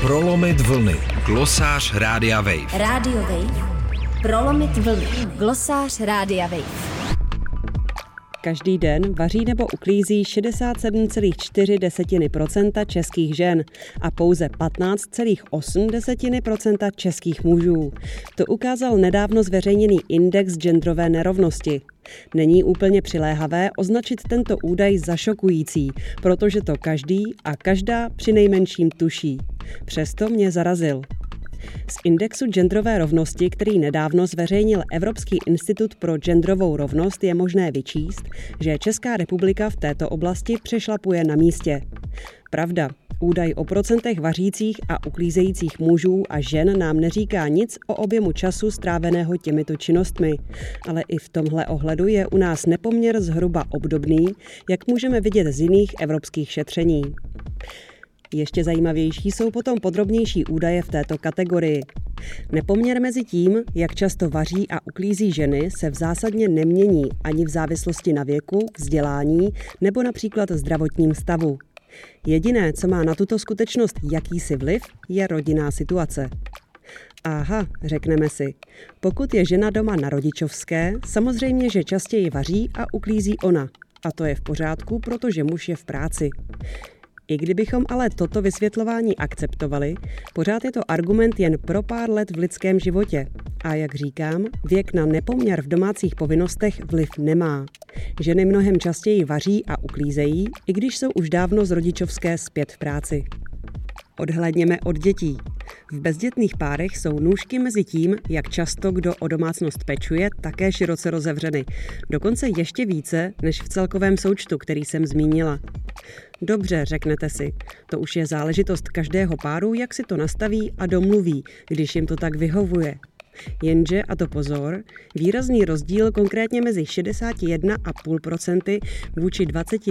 Prolomit vlny. Glosář Rádia Wave. Radio Wave. Prolomit vlny. Glosář Rádia Wave. Každý den vaří nebo uklízí 67,4% českých žen a pouze 15,8% českých mužů. To ukázal nedávno zveřejněný index genderové nerovnosti. Není úplně přiléhavé označit tento údaj za šokující, protože to každý a každá přinejmenším tuší. Přesto mě zarazil. Z indexu genderové rovnosti, který nedávno zveřejnil Evropský institut pro genderovou rovnost, je možné vyčíst, že Česká republika v této oblasti přešlapuje na místě. Pravda, údaj o procentech vařících a uklízejících mužů a žen nám neříká nic o objemu času stráveného těmito činnostmi, ale i v tomhle ohledu je u nás nepoměr zhruba obdobný, jak můžeme vidět z jiných evropských šetření. Ještě zajímavější jsou potom podrobnější údaje v této kategorii. Nepoměr mezi tím, jak často vaří a uklízí ženy, se v zásadě nemění ani v závislosti na věku, vzdělání nebo například zdravotním stavu. Jediné, co má na tuto skutečnost jakýsi vliv, je rodinná situace. Aha, řekneme si, pokud je žena doma na rodičovské, samozřejmě, že častěji vaří a uklízí ona. A to je v pořádku, protože muž je v práci. I kdybychom ale toto vysvětlování akceptovali, pořád je to argument jen pro pár let v lidském životě. A jak říkám, věk na nepoměr v domácích povinnostech vliv nemá. Ženy mnohem častěji vaří a uklízejí, i když jsou už dávno z rodičovské zpět v práci. Odhlédněme od dětí. V bezdětných párech jsou nůžky mezi tím, jak často kdo o domácnost pečuje, také široce rozevřeny. Dokonce ještě více, než v celkovém součtu, který jsem zmínila. Dobře, řeknete si, to už je záležitost každého páru, jak si to nastaví a domluví, když jim to tak vyhovuje. Jenže, a to pozor, výrazný rozdíl konkrétně mezi 61,5% vůči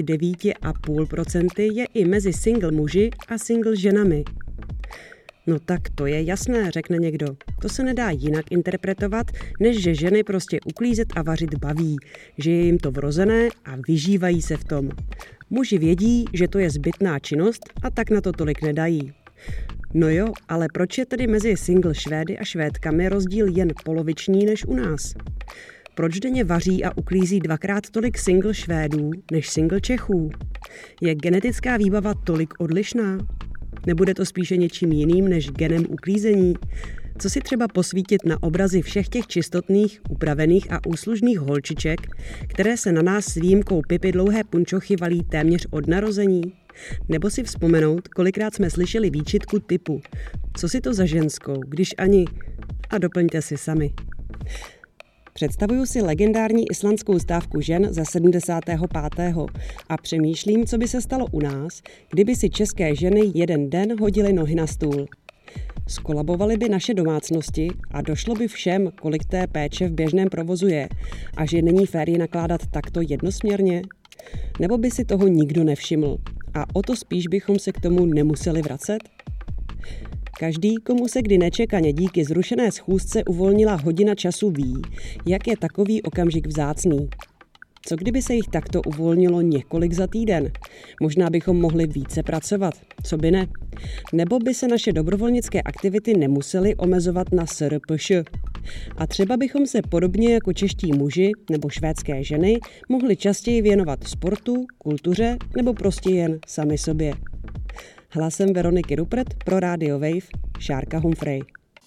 29,5% je i mezi single muži a single ženami. No tak to je jasné, řekne někdo. To se nedá jinak interpretovat, než že ženy prostě uklízet a vařit baví, že je jim to vrozené a vyžívají se v tom. Muži vědí, že to je zbytná činnost a tak na to tolik nedají. No jo, ale proč je tedy mezi single Švédy a Švédkami rozdíl jen poloviční než u nás? Proč denně vaří a uklízí dvakrát tolik single Švédů než single Čechů? Je genetická výbava tolik odlišná? Nebude to spíše něčím jiným než genem uklízení? Co si třeba posvítit na obrazy všech těch čistotných, upravených a úslužných holčiček, které se na nás s výjimkou Pipy dlouhé punčochy valí téměř od narození? Nebo si vzpomenout, kolikrát jsme slyšeli výčitku typu co si to za ženskou, když ani... A doplňte si sami. Představuju si legendární islandskou stávku žen za 75. a přemýšlím, co by se stalo u nás, kdyby si české ženy jeden den hodily nohy na stůl. Skolabovaly by naše domácnosti a došlo by všem, kolik té péče v běžném provozu je a že není fér ji nakládat takto jednosměrně? Nebo by si toho nikdo nevšiml a o to spíš bychom se k tomu nemuseli vracet? Každý, komu se kdy nečekaně díky zrušené schůzce uvolnila hodina času, ví, jak je takový okamžik vzácný. Co kdyby se jich takto uvolnilo několik za týden? Možná bychom mohli více pracovat, co by ne? Nebo by se naše dobrovolnické aktivity nemusely omezovat na SRPŠ. A třeba bychom se podobně jako čeští muži nebo švédské ženy mohli častěji věnovat sportu, kultuře nebo prostě jen sami sobě. Hlasem Veroniky Rupert pro Radio Wave, Šárka Humphrey.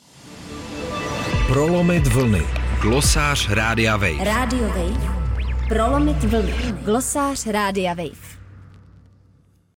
Prolomit vlny. Glosář Rádia Wave. Radio Wave. Prolomit vlny. Glosář Rádia Wave.